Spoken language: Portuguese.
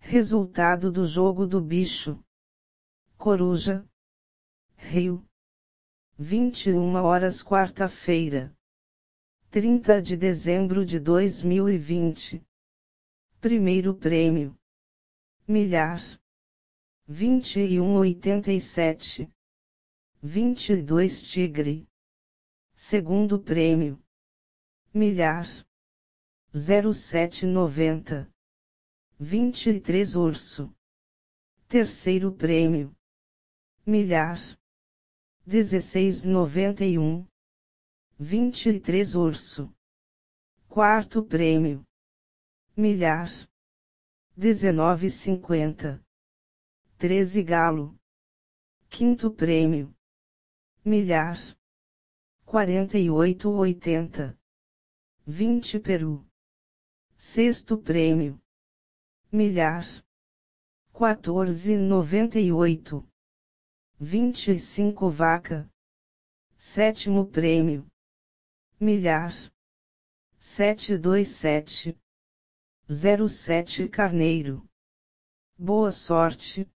Resultado do jogo do bicho. Coruja. Rio. 21 horas quarta-feira. 30 de dezembro de 2020. Primeiro prêmio. Milhar. 21,87. 22 tigre. Segundo prêmio. Milhar. 07,90. 23 urso. Terceiro prêmio. Milhar. 16,91. 23 urso. Quarto prêmio. Milhar. 19,50. 13 galo. Quinto prêmio. Milhar. 48,80. 20 peru. Sexto prêmio. Milhar. 14,98. 25 vaca. Sétimo prêmio. Milhar. 727. 07 carneiro. Boa sorte.